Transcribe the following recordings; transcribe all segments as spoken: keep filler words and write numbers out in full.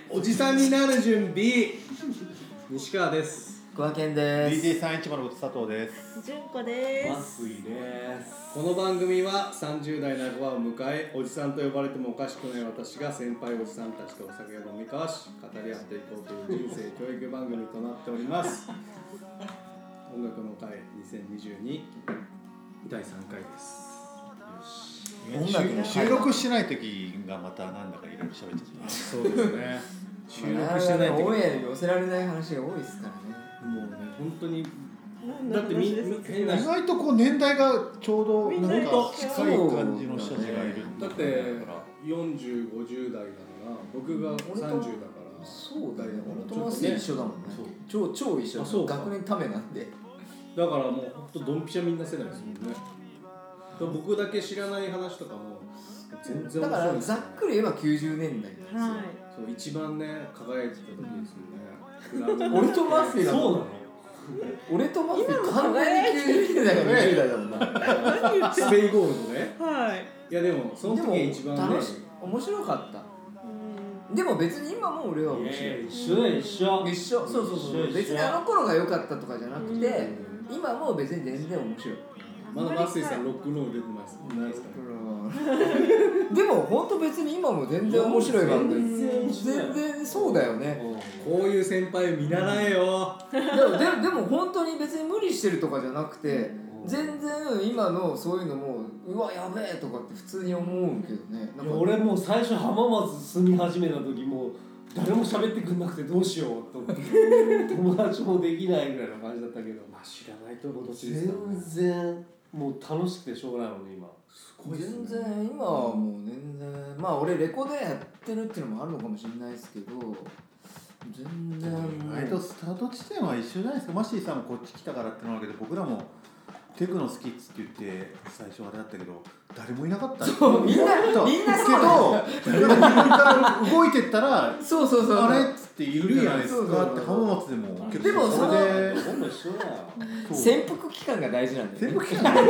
おじさんになる準備。西川です。 桑健です。 ディージェーさんいちまるご 佐藤です。 純子です。 増井です。この番組はさんじゅう代半ばを迎え、おじさんと呼ばれてもおかしくない私が先輩おじさんたちとお酒を飲み交わし語り合っていこうという人生教育番組となっております。音楽の会にせんにじゅうにだいさんかいです。 音楽の収録してない時がまたなんだかいろいろ喋っちゃって。 そうですね。収録してない時、 オンエアに寄せられない話が多いですからね。 もうね本当にだってみ変な意外とこう年代がちょうどなんか近い感じの人たちがいる。 だってよんじゅう、ごじゅう代だから僕がさんじゅうだからそうだよね。俺とマス一緒だもんね。超超一緒。 そう学年ためなんで。 だからもうほんとドンピシャみんな世代ですもんね。僕だけ知らない話とかも全然面白い。 だからざっくり言えばきゅうじゅうねんだいなんですよ。 はい。 そう一番ね輝いてた時ですよね。 俺とマスだもん。そうなの？俺とマス完全にきゅうじゅうねんだいからにじゅう代だもんな。 スペインゴールドね。 はい。 いやでもその時が一番ね楽しい面白かった。でも別に今も俺は面白い。 一緒だよ一緒。 一緒。そうそうそう。別にあの頃が良かったとかじゃなくて、今も別に全然面白い。 まだマスイさんロックンロール出てます。ないですかね。 でも本当別に今も全然面白い番組。 全全然そうだよね。 こういう先輩を見習えよ。 でもでもでも本当に別に無理してるとかじゃなくて、全然今のそういうのもうわやべえとかって普通に思うけどね。 いや俺もう最初浜松住み始めた時もう誰も喋ってくんなくてどうしようと思って友達もできないぐらいの感じだったけど、まあ知らないとこと全然もう楽しくてしょうがないもんね今。 全然今はもう全然まあ俺レコードやってるっていうのもあるのかもしれないですけど、全然意外とスタート地点は一緒じゃないですか。マシーさんもこっち来たからってのはあるけど、僕らもテクノ好きっつって言って最初あれだったけど誰もいなかった。 そうみんなみんなそうだけどから動いてったらそうそうそうあれっつっているじゃないですかって浜松でも結構でもそのれでほぼ一緒だよ。 潜伏期間が大事なんだよね。 潜伏期間そ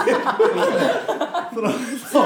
のそう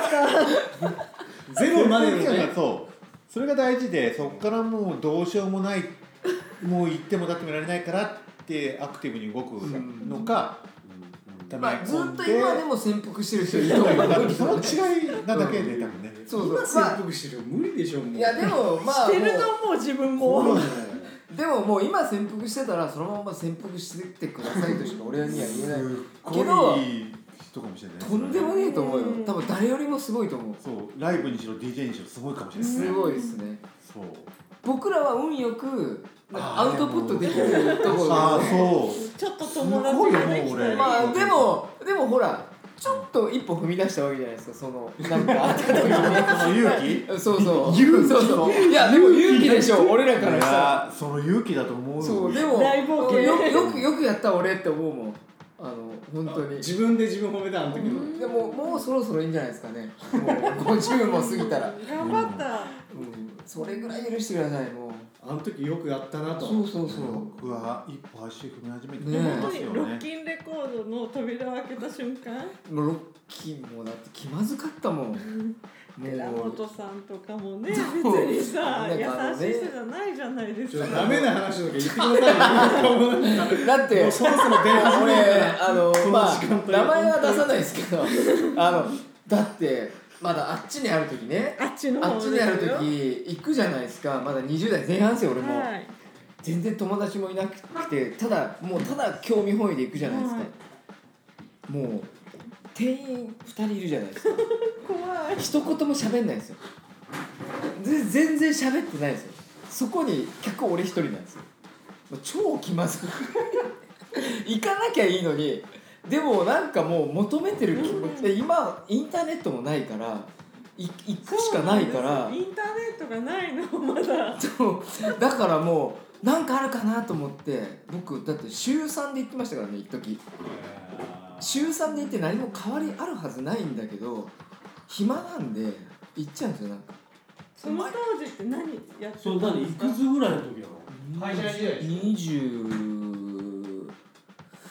ゼロまでのね。 そうそれが大事で、そこからもうどうしようもないもう行ってもだってもいられないからってアクティブに動くのか、 まあ、ずっと今でも潜伏してる人いると思う。 その違いなだけで多分ね。 そうそう。 潜伏してる無理でしょもう。 いやでもまあしてると思う自分も。 でももう今潜伏してたらそのまま潜伏してってくださいとしか俺には言えないけど、 いい人かもしれない。 とんでもねえと思うよ。多分誰よりもすごいと思う。 そうライブにしろ ディージェー にしろすごいかもしれない。 すごいですね。 そう。 僕らは運よくアウトプットできるところで。 ああそうちょっと友達ができたり。 まあでもでもほらちょっと一歩踏み出したわけじゃないですか。そのなんかあった時にね。 勇気？ そうそう勇気？ そうそう。いやでも勇気でしょ。俺らからしたら。 その勇気だと思う。 そうでも大冒険よよくよくやった俺って思うもん。あの本当に。 自分で自分褒めたあの時の。 でももうそろそろいいんじゃないですかね。もうごじゅうも過ぎたら。 頑張った。 うんそれぐらい許してくださいもう。 あの時よくやったなと。 そうそうそう。 僕は一歩足踏み始めてね本当にロッね。 キンレコードの扉を開けた瞬間、 もうロッキーもだって気まずかったもん。も寺う本さんとかもねそう別にさ優なんかあのねしい人じゃないじゃないですか。 ダメな話とか言ってくださいよ。 だってもうそろそろ出始め俺るからあのまあその時間帯名前は出さないですけどあのだってまだあっちにある時ねあっちの方あっちにある時行くじゃないですか。まだにじゅう代前半ですよ俺も、 はい。 全然友達もいなくてただもうただ興味本位で行くじゃないですか、 はいもう店員ふたりいるじゃないですか怖い。 一言も喋んないんですよ。で全然喋ってないんですよ。そこに客俺一人なんですよ。もう超気まずく行かなきゃいいのに、でもなんかもう求めてる気持ちで、今インターネットもないからい行くしかないからインターネットがないのまだ。 そうだからもうなんかあるかなと思って僕だってしゅうさんで行ってましたからね一時。しゅうさんで行って何も変わりあるはずないんだけど暇なんで行っちゃうんですよ。なんかその当時って何やってたそう何いくつぐらいの時なの？ 会社時代でしょ。 にじゅう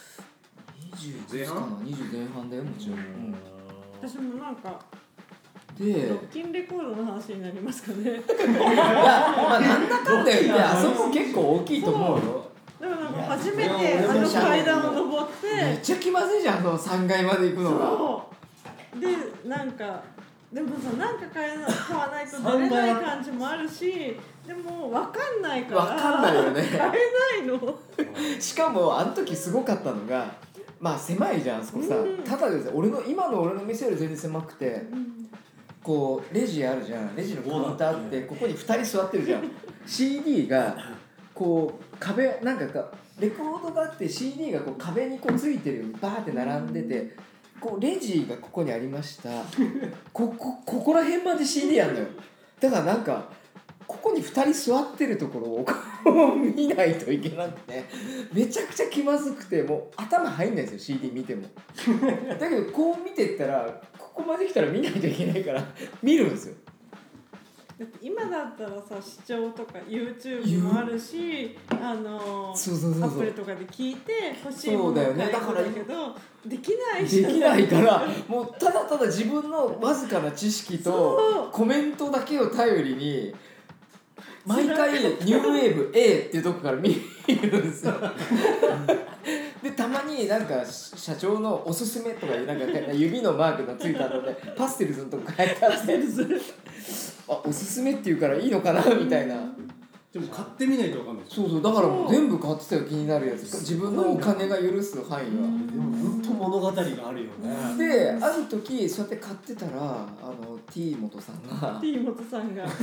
にじゅう前半かなにじゅう前半だよもちろん、うん私もなんかでロッキンレコードの話になりますかね。 いやまあなんだかんだ言ってあそこ結構大きいと思うよ。 だからなんか初めていやあの階段を登っめってちゃ気まずいじゃん、そのさんがいまで行くのが。 そうでなんかでもさなんか買えな買わないと出れない感じもあるし、でも分かんないから分かんないよね買えないの。 しかもあの時すごかったのが、まあ狭いじゃんあそこさ、 うんただでさ俺の今の俺の店より全然狭くて、 うんこうレジあるじゃん、レジのカウンターあってここにふたり座ってるじゃんシーディー がこう壁なんかかレコードがあって シーディー がこう壁にこうついてるようにバーって並んでて、こうレジがここにありましたここここら辺まで シーディー やんのよ。だからなんかここにふたり座ってるところをこう見ないといけなくてめちゃくちゃ気まずくて、もう頭入んないですよ シーディー 見ても。だけどこう見てったらここまで来たら見ないといけないから見るんですよ。 だって今だったらさ視聴とか YouTube もあるし、あのそうそうそうそうアプリとかで聞いて欲しいものをそうだよ買えるんねだからだけどできないじゃん。 できないからもうただただ自分のわずかな知識とコメントだけを頼りに毎回ニューウェーブ A っていうとこから見るんですよ。でたまになんか社長のおすすめとかいうなんか指のマークがついたのでパステルズのとこ書いてあってあおすすめっていうからいいのかなみたいな。 でも買ってみないと分かんない。 そうそうだからもう全部買ってたよ気になるやつ、自分のお金が許す範囲は。 でも本当物語があるよね。 である時そうやって買ってたらあの T 元さんが T 元さんが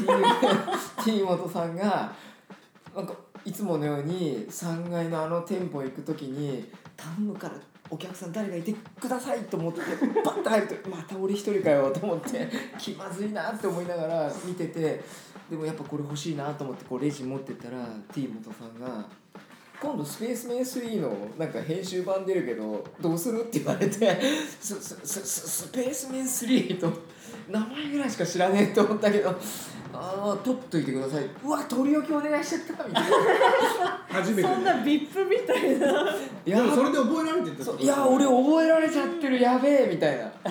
T 元さんがなんかいつものようにさんがいのあの店舗行く時に頼むからお客さん誰がいてくださいと思ってバッと入るとまた俺一人かよと思って気まずいなって思いながら見てて、でもやっぱこれ欲しいなと思ってこうレジ持ってったら T 元さんが今度スペースメンスリーのなんか編集版出るけどどうするって言われてス, ス, ス, スペースメンスリーと名前ぐらいしか知らねえと思ったけどああ取っといてください、うわ取り置きお願いしちゃったみたいな初めて。 そんな ビップ みたいな。 いやでもそれで覚えられてたってこといや俺覚えられちゃってるやべえみたいな。 いいね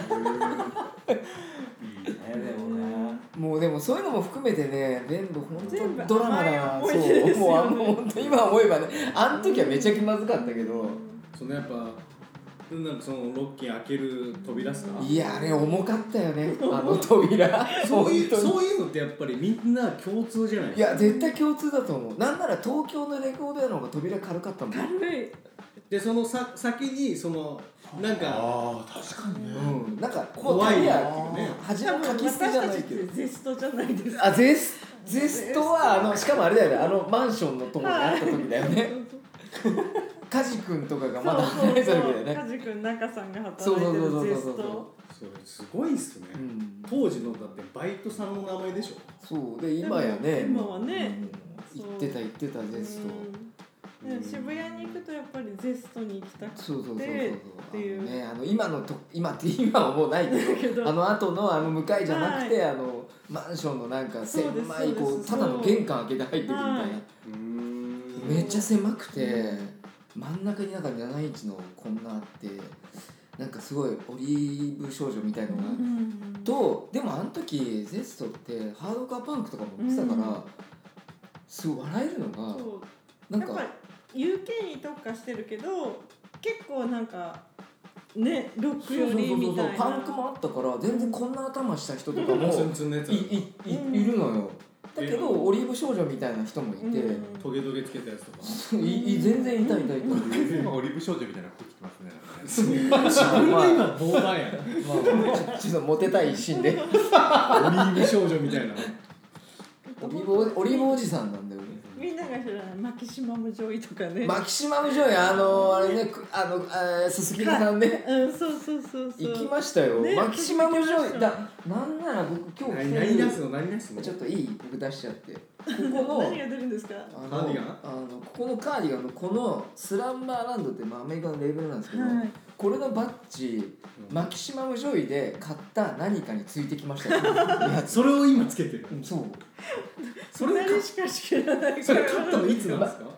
でもね。 もうでもそういうのも含めてね全部本全部当ドラマだな。 甘い思い出ですよねそうもうあの本当今思えばねあの時はめちゃ気まずかったけど、 そのやっぱなんかそのロッキー開ける扉っすか。 いやあれ重かったよねあの扉そういう本当にそういうのってやっぱりみんな共通じゃないいですか。 や絶対共通だと思う。なんなら東京のレコード屋の方が扉軽かったもん。 軽い。 でそのさ先にそのなんかああ確かにね、 うん、なんか怖い扉なっていうね。 端多分の書き捨てじゃ私たちっないけどてゼストじゃないですか。 あゼスゼストはあのしかもあれだよねあのマンションのとこにあった時だよねカジ君とかがまだそうそう働いてた時だよそう。 ね。 カジ君中さんが働いてそうそうそうるそうゼスト。 それすごいっすね。 うん当時のだってバイトさんの名前でしょ。 そうで今やね今はねうん言ってた言ってたゼスト。 うんでも渋谷に行くとやっぱりゼストに行きたくてそうそうそうそうっていうあのねあの今のと今って今はもうないけどけどあの後のあの向かいじゃなくて、 はあのマンションのなんかそう狭ですいこそうですうただの玄関開けて入ってくるみたいな、 はいうーんめっちゃ狭くて真ん中になんかななインチのこんなあってなんかすごいオリーブ少女みたいのが、 うんとでもあの時ゼストってハードカーパンクとかも売ってたから、 うんすごい笑えるのがそうなんかやっぱり ユーケー に特化してるけど結構なんかねロックよりみたいなパンクもあったから全然こんな頭した人とかもツンツンのやついいいうんいるのよ。だけどえオリーブ少女みたいな人もいて、 うんトゲトゲつけたやつとか。 いい全然いたいたいた。 今オリーブ少女みたいな服着てますねなんかね自分が今ボーダーやん。 まあちょちょっとモテたい一心でオリーブ少女みたいな。 オリーブおオリーブおじさんなんだよね。 みんなが知らないマキシマムジョイとかねマキシマムジョイあのあれねくあのあーすすきのさんねうんそうそうそうそう行きましたよ。 ねマキシマムジョイ行きましただなんなら僕今日何何出すの何出すの。 ちょっといい僕出しちゃって。ここの何が出るんですかあのカーディガンあのここのカーディガンのこのスランバーランドって、まあ、アメリカのレーベルなんですけど、 はいこれのバッジマキシマムジョイで買った何かについてきましたよやつそれを今つけてる。 そうそれで二人しか知らないそれ買ったのいつなんですか。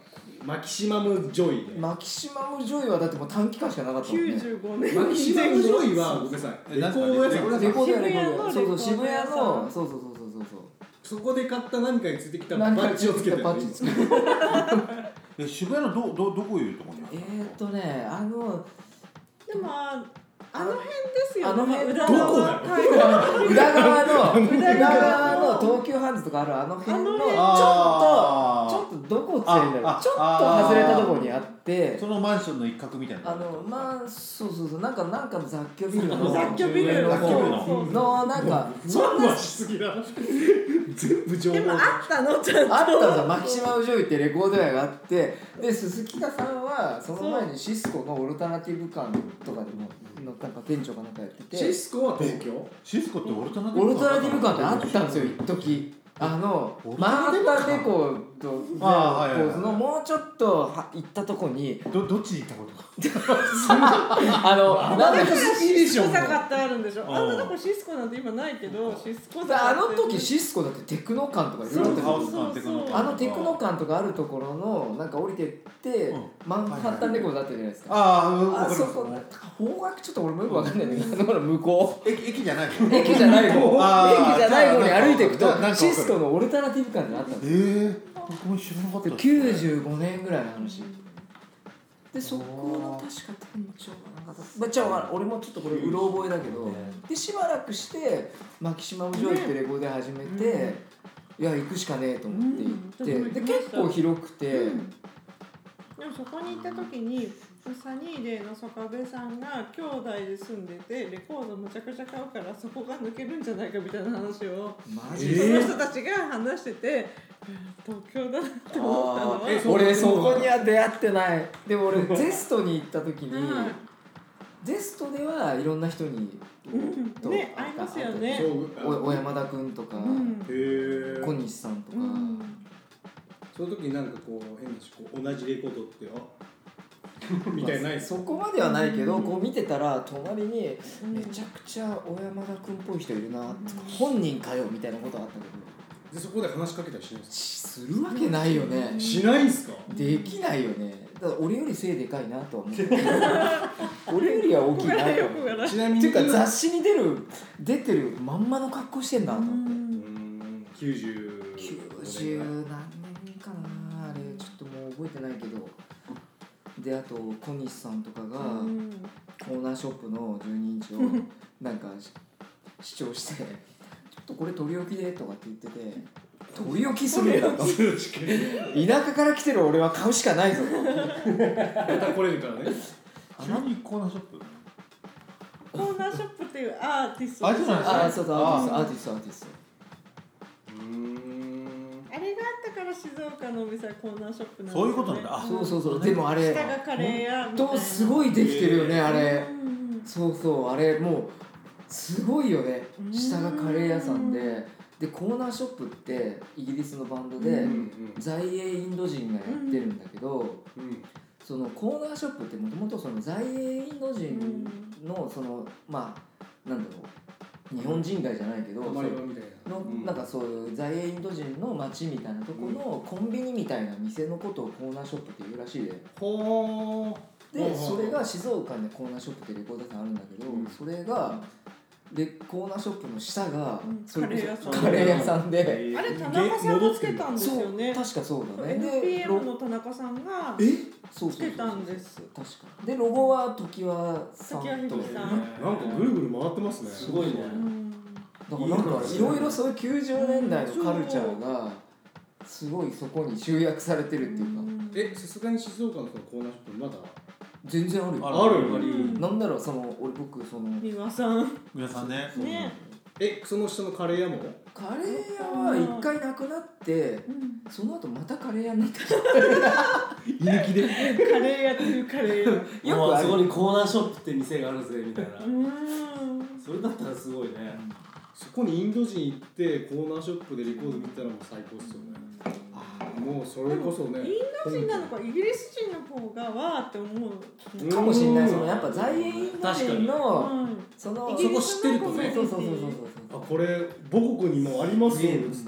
マキシマムジョイね。 マキシマムジョイはだってもう短期間しかなかったもんね。 きゅうじゅうごねんマキシマムジョイはごめんなさい。 えレコード屋さん。 レコード屋レコード渋谷の屋そうそう渋谷レコード屋さんのそうそうそうそうそうそこで買った何かについてきたバ何かッジをつけてる。 バッジつけてるえ渋谷のどどどこいうところにえーっとねあのでもああの辺ですよあの辺裏どこ側だ海岸裏側の裏裏側側の東急ハンズとかあるあの辺のちょっとあーちょっとどこっつってんだろうああちょっと外れたところにあってそのマンションの一角みたいなあのまあそうそうそうなんかなんかの雑居ビルの雑居ビル上の雑居ビルの方のなんかそんなそんなしすぎだ。全部情報。 でもあったのちゃんとあったんですよマキシマムジョイってレコード屋があってで鈴木田さんはその前にシスコのオルタナティブ館とかでものなんか店長かなんかやっててシスコは東京。 シスコってオルタナティブオルタナティブ館ってあったんですよ一時あのオルマンタナティブ館ハッタンレコードあーはいはいはいそのもうちょっとは行ったとこにどどっちに行ったことかあのなんで好きでしょ。 シスコ坂ってあるんでしょうんあんなとこシスコなんて今ないけどシスコ坂ってあの時シスコだってテクノ館とかいろいろあったじゃんハウス館テクノ館あのテクノ館とかあるところのなんか降りてって、 うんマンハッタンレコードだったじゃないですか、 ああ分かるあそこ方角ちょっと俺もよくわかんないんだけどあの向こう駅駅じゃない駅じゃない方あー駅じゃない方に歩いていくとななんかわかるシスコのオルタナティブ館ってあったんですよええ僕も知らなかったできゅうじゅうごねんぐらいの話でそこの確か店長がなんかまあじゃあ俺もちょっとこれうろ覚えだけどでしばらくしてマキシマムジョイってレコードで始めて、いや行くしかねえと思って行って、 うんで結構広くて、 うんでもそこに行った時にサニーデーの曽我部さんが兄弟で住んでてレコードむちゃくちゃ買うからそこが抜けるんじゃないかみたいな話をマジその人たちが話してて、東京だなって思ったのはあー俺そこには出会ってないでも俺ゼストに行った時に、 はいゼストではいろんな人に、とね会いますよねそう。 お小山田君とか、 うんへえ。 小西さんとか、 うんその時になんかこう変なしこう同じレコードってよ。みたいなないですそこまではないけど、 うんこう見てたら隣にうんめちゃくちゃ小山田君っぽい人いるなって、本人かよみたいなことあったけどでそこで話しかけたりしないんですしするわけないよね、 か。しないんすか。 できないよねだから俺より背でかいなとは思って俺よりは大きいなとは思ってよくがないちなみにっていうか雑誌に出る出てるまんまの格好してんだと思ってうーんきゅうじゅうきゅうじゅう何年かなあれちょっともう覚えてないけどであと小西さんとかがうんコーナーショップのじゅうにインチをなんかし視聴して「ちょっとこれ取り置きで」とかって言ってて「取り置きするんだ」と田舎から来てる俺は買うしかないぞとまた来れるからね。 急にコーナーショップコーナーショップっていうアーティストあそうなんですかあそうそうアーティストアーティストアーティストうーん。 あれがあったから静岡のお店はコーナーショップなんですよねそういうことなんだあそうそうそうでもあれ下がカレー屋みたいなとすごいできてるよねあれうんそうそうあれもうすごいよねうん下がカレー屋さんででコーナーショップってイギリスのバンドでううんん在英インド人がやってるんだけどうんうん。 そのコーナーショップってもともとその在英インド人のそのまあなんだろう日本人街じゃないけどたまり場みたいな。 のうんなんかそういう在英インド人の街みたいなとこのコンビニみたいな店のことをコーナーショップっていうらしいでほー。 でそれが静岡にコーナーショップってレコード屋さんあるんだけど、 うんそれがでコーナーショップの下がうんそれこそカレー屋さんカレー屋さんであれ田中さんがつけたんですそうよね確かそうだねエヌピーエムロの田中さんがえそうそうそうつけたんです確かでロゴは常盤さんと常盤秀樹さんなんかぐるぐる回ってますね。 すごいねうんだからなんかいろいろそういうきゅうじゅうねんだいのカルチャーがすごいそこに集約されてるっていうかえ、さすがに静岡のそのコーナーショップまだ全然あるよああるうんなんだろうその俺僕その三輪さん皆さんねねえ、その下のカレー屋もカレー屋は一回なくなってうんその後またカレー屋になった居抜きでカレー屋っていうカレー屋よくあるもうあそこにコーナーショップって店があるぜみたいなうんそれだったらすごいねそこにインド人行ってコーナーショップでレコード見たらもう最高っすよね。もうそれこそね。 インド人なのかイギリス人の方がわーって思うかもしれないうんそのやっぱ在英インド人のうんそのイギリスのそこ知ってるとねそうそうそうそうそうあ、これ母国にもありますよっつって。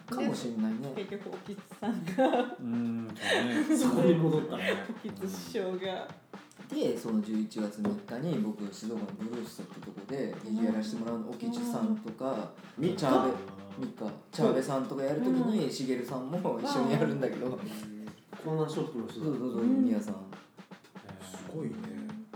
かもしれないね。 結局おきつさんがうーんそうねそこに戻ったおきつ師匠がでそのじゅういちがつみっかに僕静岡のブルースってとこで劇場やらせてもらうの、おきちさんとかみっかチャーベみっかチャーベさんとかやるときにしげるさんも一緒にやるんだけど、 コーナーショップの人だそうそうそう、 うん宮さん。 すごいね。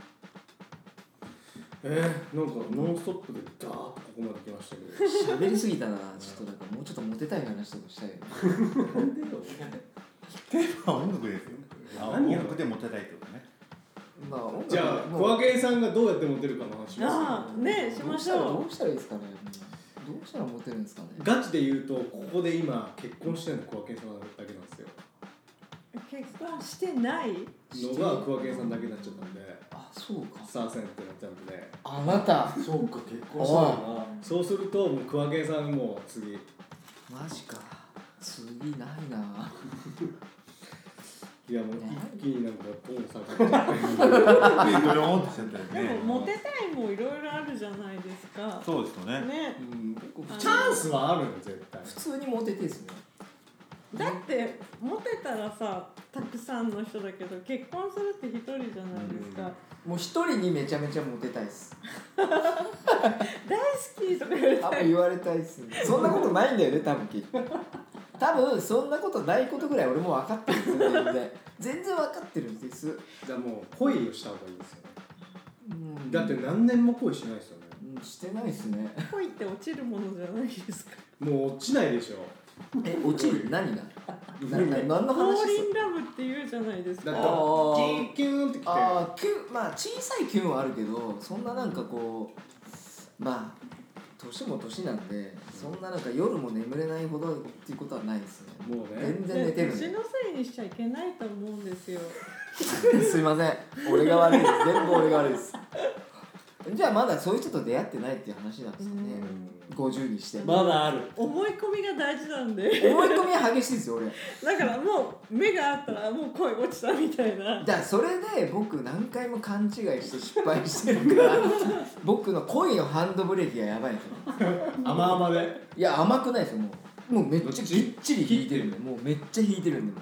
えー、なんかノンストップでダーッとここまで来ましたけど。 喋りすぎたな、ちょっとなんかもうちょっとモテたい話とかしたいよね。 なんでよ。 テーマは音楽ですよ。あ音何や楽でモテたいってことね。 まあ音楽じゃあもう小分けさんがどうやってモテるかの話しますああねしましょどうしたらいいですかね。どうしたらモテるんですかね。 ガチで言うとここで今結婚してるの小分けさんだけなんですよ。 う。結婚してないのが小分けさんだけになっちゃったんで、 あ、そうか。 サーセンってなっちゃうんで、 あなたそうか結婚したよそうするともう小分けさんもう次。 マジか。次ないな。 いやもう一気になんかトーン下がっちゃって。 ドヨーンとしちゃったよでね。 もモテたいもいろいろあるじゃないですか。 そうですよね。 ね。 うんチャンスはあるよ絶対。 普通にモテてですね。 だってモテたらさたくさんの人だけど結婚するって一人じゃないですか。 もう一人にめちゃめちゃモテたいです。 大好きとか言われたい。 多分言われたいですね。そんなことないんだよね、多分きっと。多分そんなことないことぐらい俺も分かってるんですよ、全然。全然分かってるんです。 じゃあもう恋をした方がいいですよね。 うんだって何年も恋しないですよね。 うんしてないですね。 恋って落ちるものじゃないですか。 もう落ちないでしょ。 え、落ちる何がなな何のフォ話するーリンラブって言うじゃないですか。 だってあーキーンキューンってきて。 あーキュン、まあ小さいキュンはあるけど、そんななんかこうまあ年も年なんで、そんななんか夜も眠れないほどっていうことはないですね。 もうね。 全然寝てるんで年のせいにしちゃいけないと思うんですよ。 すいません、俺が悪いです。全部俺が悪いですじゃあまだそういう人と出会ってないっていう話なんですかね。ごじゅうにしてまだある思い込みが大事なんで。 思い込みは激しいですよ俺。 だからもう目があったらもう恋落ちたみたいな。 だからそれで僕何回も勘違いして失敗してるから僕の恋のハンドブレーキがやばいんですよ。 甘々で。 いや甘くないですよ、もうもうめっちゃぎっちり弾いてるんで、もうめっちゃ弾いてるんで。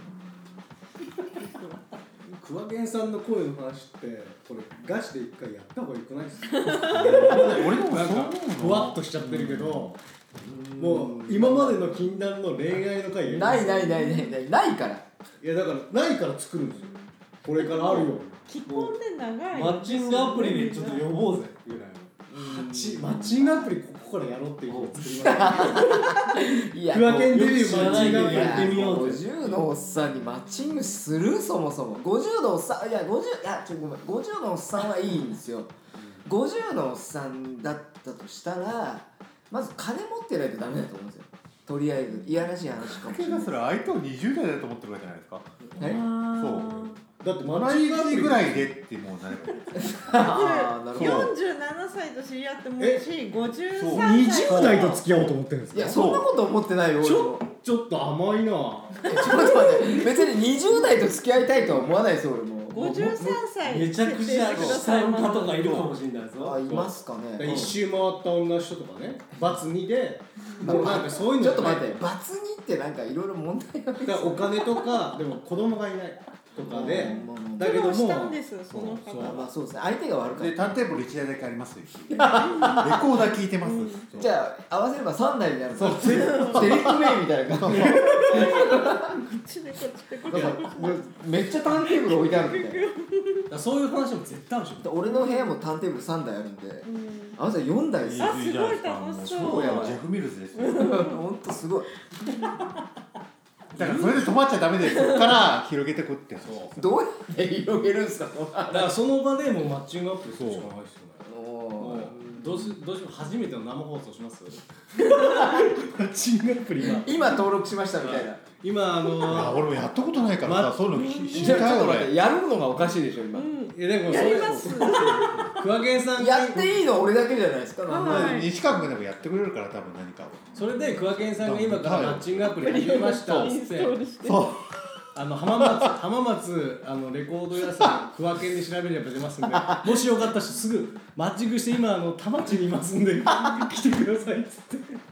クワゲンさんの声の話ってこれガチで一回やった方がよくないですか。 俺もなんかふわっとしちゃってるけど、もう今までの禁断の恋愛の回やりますないないないないないないから。 いやだからないから作るんですよ。これからあるように。 既婚で長い。 マッチングアプリでちょっと呼ぼうぜぐらいのマッチマッチングアプリここからやろうっていうのを作りました。 いやクワゲンデビューマッチングアプリやってみようぜ。 ごじゅうのおっさんにマッチングするそもそもごじゅうのおっさんいやごじゅういやちょごめんごじゅうのおっさんはいいんですよ。ごじゅうのおっさんだったとしたらまず金持ってないとダメだと思うんですよ。とりあえずいやらしい話かもしれない。 それ相手をにじゅう代だと思ってるわけじゃないですか。 えそうだってマ同ッチングアプリじぐらいでってもうなればいい。 あーなるほど。 よんじゅうななさいと知り合ってもいいし、ごじゅうさんそうさいにじゅう代と付き合おうと思ってるんですか。 いやそんなこと思ってないよ俺ちもょちょっと甘いな。 ちょっと待って別ににじゅう代と付き合いたいとは思わないですよ俺も。 ごじゅうさんさいめちゃくちゃ下の方とかいるかもしれないぞあいますかね。 一周回った女の人とかね、バツにでもうなんかそういうのちょっと待てってバツにってなんかいろいろ問題がある。 だからお金とかでも子供がいないとかでまあまあだけども苦労したんですそのそう方まあそうですね相手が悪かっでターンテーブルいちだいだけありますよ。レコーダー聞いてます。 た。じゃあ合わせればさんだいになる。そうセリックメインみたいな感じで。 こっちでこっちでこっちでめっちゃターンテーブル置いてあるみたいな。 だからそういう話も絶対あるでしょ。 俺の部屋もターンテーブルさんだいあるんで、 うん合わせてよんだいですよ。 あすごい楽しそう超やばいジェフ・ミルズですよ。 ほんとすごい。 だからそれで止まっちゃダメです。そこから広げてくって話。 そうどうやって広げるんですかそんなだからその場でもうマッチングアプリするしかないですよね。 おもーうどうしどうしよう初めての生放送します。マッチングアプリは今登録しましたみたいな。 今あのいや俺もやったことないからまさ、そういうの知りじゃあちょたいよっと待って俺。 やるのがおかしいでしょ今。 うんいやでもやりますクワゲンさんやっていいの俺だけじゃないですか。 はいなんか西川君でもやってくれるから多分何かを。 それでクワゲンさんが今からマッチングアプリ始めましたっインスつってトールしてそう。 あの浜松浜松あのレコード屋さんクワケンで調べれば出ますんでもしよかったらすぐマッチングして今あの田町にいますんで来てくださいっつって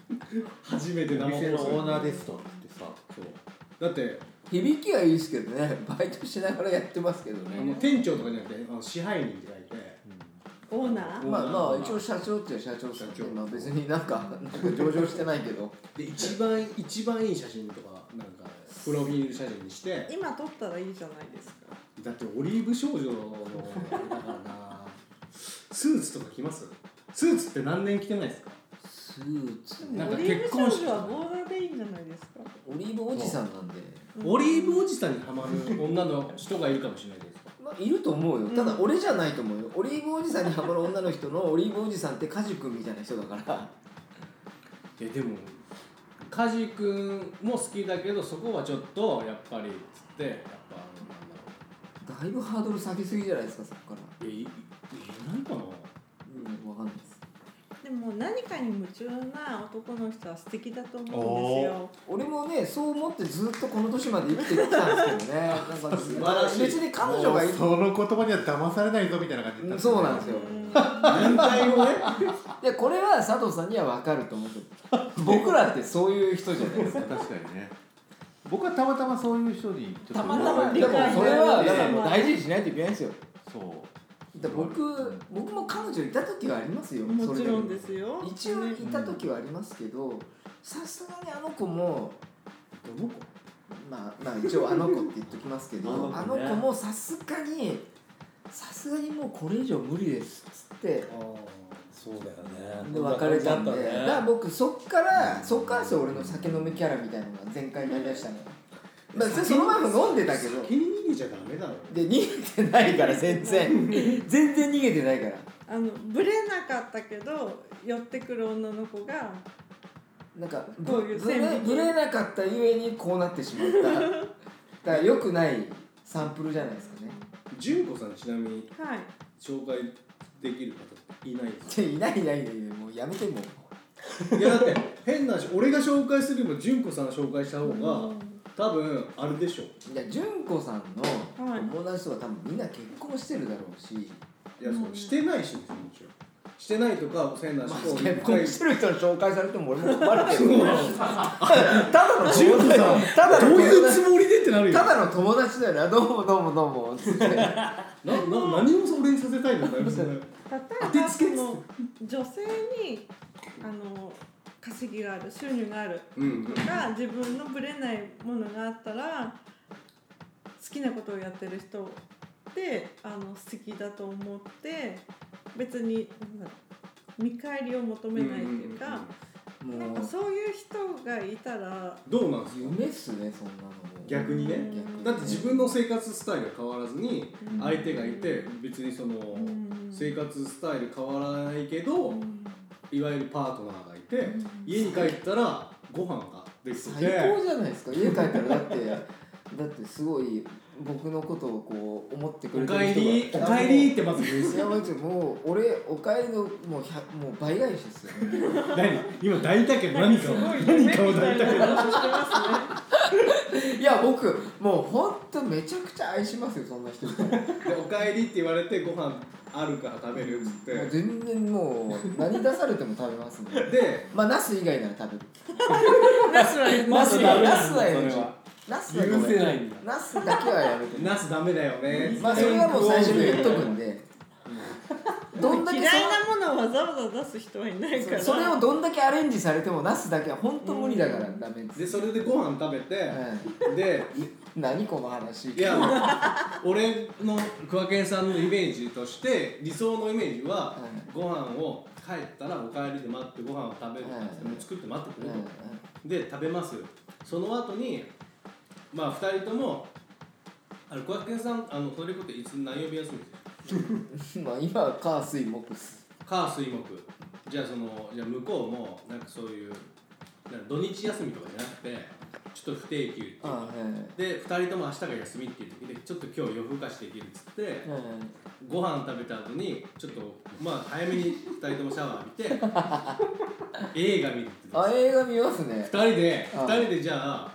初めて生お店の放送オーナーですとってさ、 そうだって響きはいいですけどね、バイトしながらやってますけどあのね。 店長とかじゃなくてあの支配人って書いてオーナーまあまあ一応社長っていう社長ですけど、まあ別になんかなんか上場してないけど。 で一番一番いい写真とかなんかプロフィール写真にして今撮ったらいいじゃないですか。 だってオリーブ少女のあれだからなスーツとか着ますスーツって何年着てないですかスーツなんかオリーブ結婚式少女はボーダーでいいんじゃないですか。 オリーブおじさんなんで、 オリーブおじさんにハマる女の人がいるかもしれないですかまあいると思うよ。ただ俺じゃないと思うよ。オリーブおじさんにハマる女の人のオリーブおじさんってカジ君みたいな人だから。 いやでもカジ君も好きだけどそこはちょっとやっぱりつってやっぱなんだろだいぶハードル下げすぎじゃないですか、そこから。 ういやいいいないかなうん、わかんないです。 でも何かに夢中な男の人は素敵だと思うんですよ。 俺もね、そう思ってずっとこの年まで生きてきたんですけどね。なんか素晴らしい別に彼女がいる。 その言葉には騙されないぞみたいな感じだったそうなんですよ。 うん引退後ねでこれは佐藤さんには分かると思うけど、僕らってそういう人じゃないですか。 確かにね。僕はたまたまそういう人にちょっとたまたまでもそれはだからもう大事にしないといけないですよ。 そうで僕僕も彼女いた時はありますよ。 もちろんそれですよ。 一応いた時はありますけど、さすがにあの子もどの子まあまあ一応あの子って言っときますけど、ああの子ねの子もさすがにさすがにもうこれ以上無理ですっつってああそうだよねで別れたんで、 だったねだから僕そっからそっからですよ、俺の酒飲みキャラみたいなのが全開になりだしたの。まあその前も飲んでたけど、 先に逃げちゃダメだろで逃げてないから全然全然逃げてないから。 あのブレなかったけど寄ってくる女の子がなんかこういうぶれ線引きぶれなかったゆえにこうなってしまっただから良くないサンプルじゃないですかね。 純子さんちなみにはい紹介できる方っていないですいないいないいない、もうやめてもう。 いやだって変な話俺が紹介するよりも純子さんが紹介した方が多分あれでしょいや純子さんのはい友達とか多分みんな結婚してるだろうし、 いやそうしてない人ですよもちろんしてないとか変なまあ、 人を結婚してる人に紹介されても俺も困るけどそうただの友達ただのどういう友達つもりでってなるよただの友達だよな、どうもどうもどうもつってなな何を俺にさせたいのかよそれ例え当てばつけっつってその女性にあの稼ぎがある収入があるうんとか自分のぶれないものがあったら好きなことをやってる人ってあの素敵だと思って別になんだろう見返りを求めないっていうか、なんかもうそういう人がいたらどうなんですか夢っすね、そんなのも逆にねうんだって自分の生活スタイルが変わらずにうん相手がいて別にそのうん生活スタイル変わらないけどうんいわゆるパートナーがいて家に帰ったらご飯ができて最て高じゃないですか。家帰ったらだってだってすごい僕のことをこう思ってくおれてるかえり人がおかえりってまず言うんですよいやマジでもう俺おかえりのもうひゃもう倍返しですよね。 何今抱いたけど何かをすごい何夢みかを抱いたけどたいな話してますね。 いや僕もうほんとめちゃくちゃ愛しますよ、そんな人いたら。もでおかえりって言われてご飯あるから食べるっつってう全然もう何出されても食べますね。 でまあナス以外なら食べる。 ナスはナスはナスはそエヌれジーは。 ナスはご許めんせないんだナスだけはやめて。 ナスダメだよねまあそれはもう最初に言っとくんで。どんだけ嫌そいなものをわざわざ出す人はいないから。 そそれをどんだけアレンジされてもナスだけは本当無理だからダメです。 でそれでご飯食べてはいで何この話。 いや俺の桑健さんのイメージとして理想のイメージはご飯を帰ったらお帰りで待ってご飯を食べるはいもう作って待ってくれうんとで食べますその後にまあふたりともあれ桑健さんあのそれこそいつ何曜日休みですかまあ今は火水木っす。 火水木じゃあそのじゃあ向こうもなんかそういうなんか土日休みとかじゃなくてちょっと不定休っていうあはいでふたりとも明日が休みっていう時でちょっと今日夜更かしできるっつってはいご飯食べた後にちょっとまあ早めにふたりともシャワー浴びて映画見るってあ映画見ますねふたりであふたりでじゃあ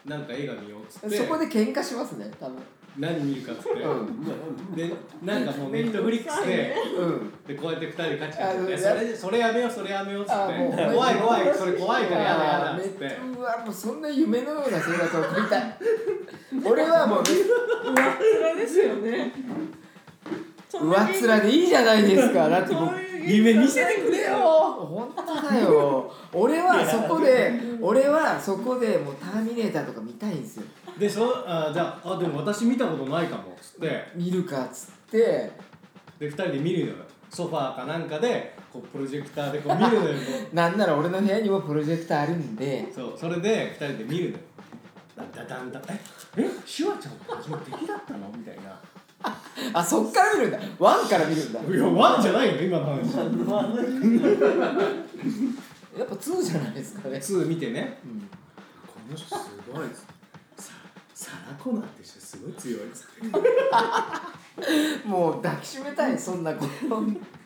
なんか映画見ようっつってそこで喧嘩しますね多分。 何見るかっつって、 うんでなんかもうネットフリックスでうんでこうやってふたりで勝ちあ勝ってうんそれそれやめようそれやめようっつあもうって怖い怖いそれ怖いからやだやだっつっめてうわもうそんな夢のような生活を送りたい俺はもう上っ面ですよね。 上っ面でいいじゃないですか。だって僕夢見せてくれよ本当だよ。俺はそこで俺はそこでもうターミネーターとか見たいんですよ。 でそあじゃああでも私見たことないかもっつって見るかっつってでふたりで見るのよソファーかなんかでこうプロジェクターでこう見るのよこなんなら俺の部屋にもプロジェクターあるんでうそうそれでふたりで見るのよだんだんだんだんええシュワちゃんって初め敵だったのみたいなあそっから見るんだワンから見るんだいやワンじゃないの今の話やっぱツーじゃないですかね。 ツー見てねうんこの人すごいですさサラコナーって人すごい強いですもう抱きしめたいそんなこと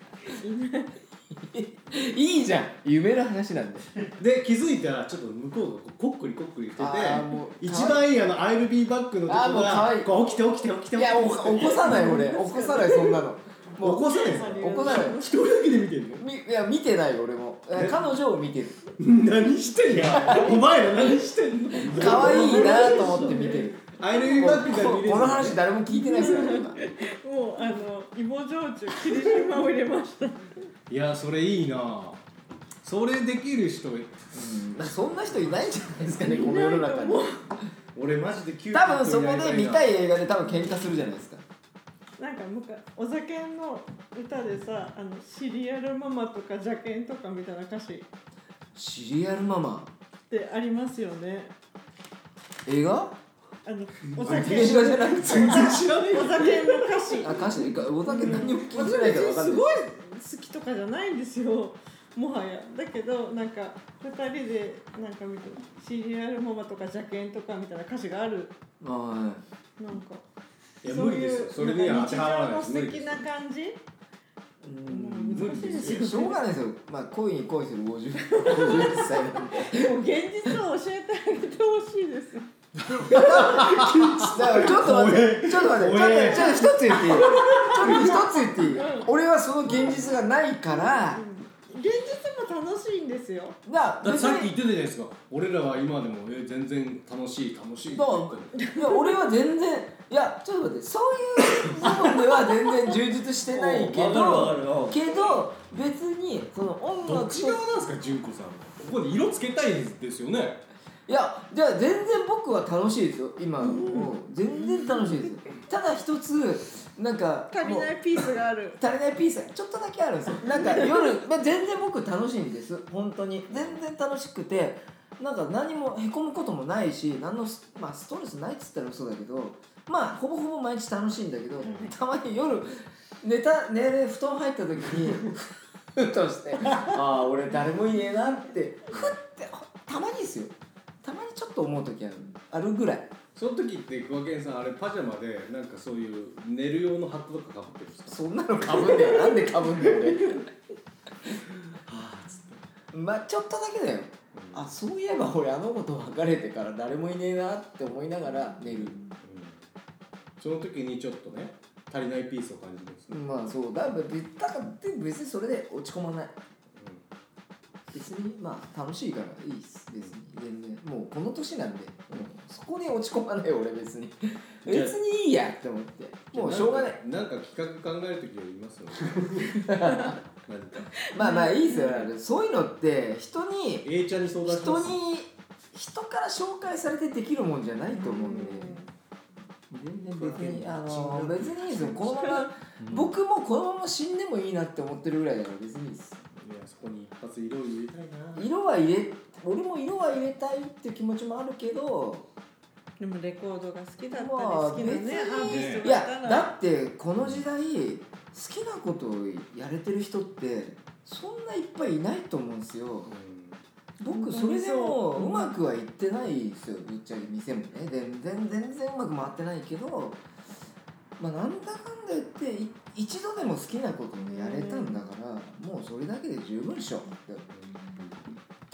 いいじゃん夢の話なんで。 で気づいたらちょっと向こうがこっくりこっくりしててあーもう一番いいあの I'll be back のとこあーもう可愛いがこう起きて起きて起きて起きていやお起こさない俺起こさないそんなのもう起こさないですか起こさない一人だけで見てるのみいや見てない俺もえ彼女を見てる何してんやお前ら何してんの可愛いなと思って見てる I'll be もう back から見れるここの話誰も聞いてないですからね今もうあの芋焼酎霧島を入れました。 いやそれいいなそれできる人うんそんな人いないんじゃないですかねこの世の中に。 俺マジでキューピッ多ド分そこで見たいい映画で多分喧嘩するじゃないですか。 なんか昔お酒の歌でさあのシリアルママとか邪剣とかみたいな歌詞っシリアルママてありますよね。 映画あのお映酒画じゃなくて全然知らねえお酒の歌詞。 あ歌詞お酒何も聞いてないから分かんない私すごい好きとかじゃないんですよ。もはやだけどなんかふたりでなんか見てシリアルママとか邪剣とかみたいな歌詞があるあーはいなんかいやそういう無理ですよそれには当てはまらないなんかです無理です日常の素敵な感じ。 うん難しいですよねしょうがないですよ。まあ恋に恋するごじゅう、ごじゅういっさいなんで。 もう現実を教えてあげてほしいです。 だからちょっと待って、ちょっと待って、ちょっと待ってちょっと一つ言っていい？ちょっと一つ言っていい？俺はその現実がないから、 現実も楽しいんですよ。 だだってさっき言にってたじゃないですか俺らは今でもえ全然楽しい楽しいってだ言ってるいや俺は全然いやちょっと待ってそういう部分では全然充実してないけわかるわかどるよけど別にその音どっ楽とち側なんですか純子さんここに色つけたいですよねいやじゃあ全然僕は楽しいですよ今、もう全然楽しいですよただ一つなんか足りないピースがある。 足りないピースがちょっとだけあるんですよなんか夜、まあ、全然僕楽しいんです本当に全然楽しくてなんか何もへこむこともないし何のス、まあ、ストレスないっつったら嘘だけどまあほぼほぼ毎日楽しいんだけど、たまに夜寝た寝れ布団入った時にふっとしてああ俺誰もいねえなってふってたまにですよたまにちょっと思う時あるあるぐらいその時って桑健さんあれパジャマでなんかそういう寝る用のハットとかかぶってるんですかそんなのかぶんねよなんでかぶんねよ俺はあつってまあちょっとだけだよあそういえば俺あの子と別れてから誰もいねえなって思いながら寝るうんその時にちょっとね足りないピースを感じるんですね、 まあそうだからだから別にそれで落ち込まない別にまあ楽しいからいいっす別に全然もうこの年なんで、うん、そこに落ち込まないよ俺別に別にいいやって思ってもうしょうがないなんか企画考える時は言いますよね何かまあまあいいっすよそういうのって人に A ちゃんに相談します人に人から紹介されてできるもんじゃないと思うんで全然別にあの別にいいですよこのまま僕もこのまま死んでもいいなって思ってるぐらいだから別にいいですいやそこに一発色を入れたいな色は入れ俺も色は入れたいっていう気持ちもあるけどでもレコードが好きだったりまあ好きなね別にアーティストいやがいたらだってこの時代好きなことをやれてる人ってそんないっぱいいないと思うんですよ僕それでもうまくはいってないですよぶっちゃけ店もね全然全然うまく回ってないけどまあなんだかんだ言ってい一度でも好きなことをねやれたんだからもうそれだけで十分でしょってって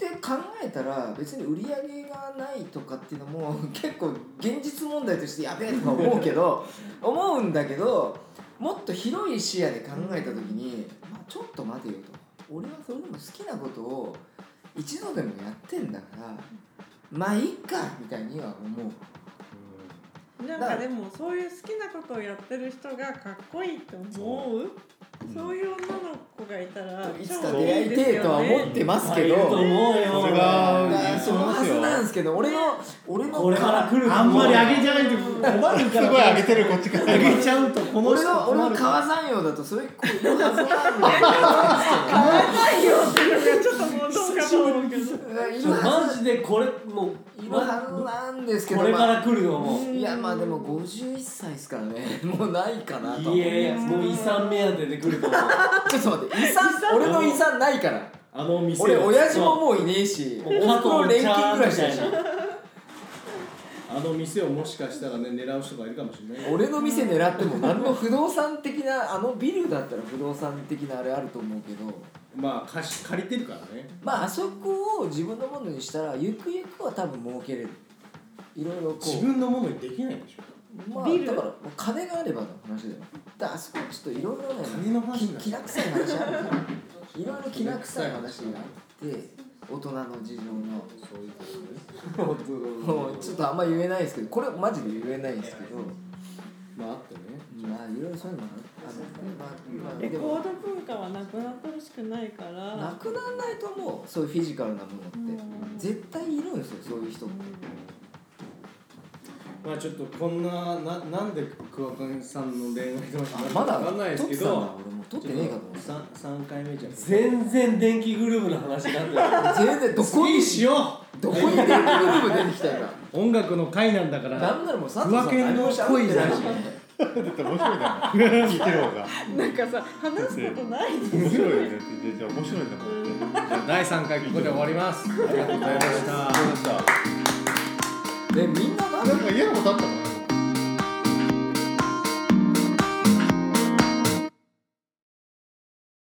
考えたら別に売り上げがないとかっていうのも結構現実問題としてやべえとか思うけど思うんだけど、もっと広い視野で考えた時に、まあ、ちょっと待てよと、俺はそれでも好きなことを一度でもやってんだからまあいいかみたいには思う。 なんかでもそういう好きなことをやってる人がかっこいいと思う、そういう女の子がいたらいつか出会いてえとは思ってますけど、 いると思うよ。 それがそのはずなんですけど、俺の俺のこれから来ると思う。 あんまり上げちゃないと困るからすごい上げてるこっちから上げちゃうとこの人俺の俺の困るから川山陽だとそういう子いるはずなんだよ。 ないよっていうのがちょっともうどうかと思うけどいるはずマジでこれもういるはずなんですけど、 これから来ると思う。 いやまあでもごじゅういっさいですからね、もうないかなと。 いやいやもう遺産目当てで来ると思う。 ちょっと待って、遺産俺の遺産ないから。 あの店俺を親父ももういねえし、おふくろ錬金ぐらいしたし、 あの店をもしかしたらね狙う人がいるかもしれない。 俺の店狙っても何の不動産的な、あのビルだったら不動産的なあれあると思うけど、 まあ貸し借りてるからね。 まああそこを自分のものにしたらゆくゆくは多分儲けれる。いろいろこう自分のものにできないでしょ。 まあ、 ビルだからもう金があればの話だよ。だからあそこちょっといろいろね、 金の話だききな臭い話あるからいろいろきな臭い話があって大人の事情のそういうことね。 もうちょっとあんま言えないですけど、これマジで言えないんですけど、 まああってね。 まあいろいろそういうのもある。あのまあまあレでもコード文化はなくなってほしくないからなくならないと思う。そういうフィジカルなものってうん絶対いるんですよ、そういう人って。 まあちょっとこんなななんで桑上さんの恋愛話あにまだなるかわかんないですけど、 撮ってたんだ。俺も撮ってねえかと思って。 三三回目じゃん。 全然電気グループの話になってる。 全然どこに次しよどこに電気グループ出てきたか。 う。音楽の会なんだから。 なんならもう佐藤さん何もしゃべってないしね。 だって面白いな聞いてる方がなんかさ話すことないで面白いよねってじゃあ面白いんだもんってじゃあだいさんかいここで終わります。ありがとうございました。 どうでしたでみんななんなんか嫌なことあったの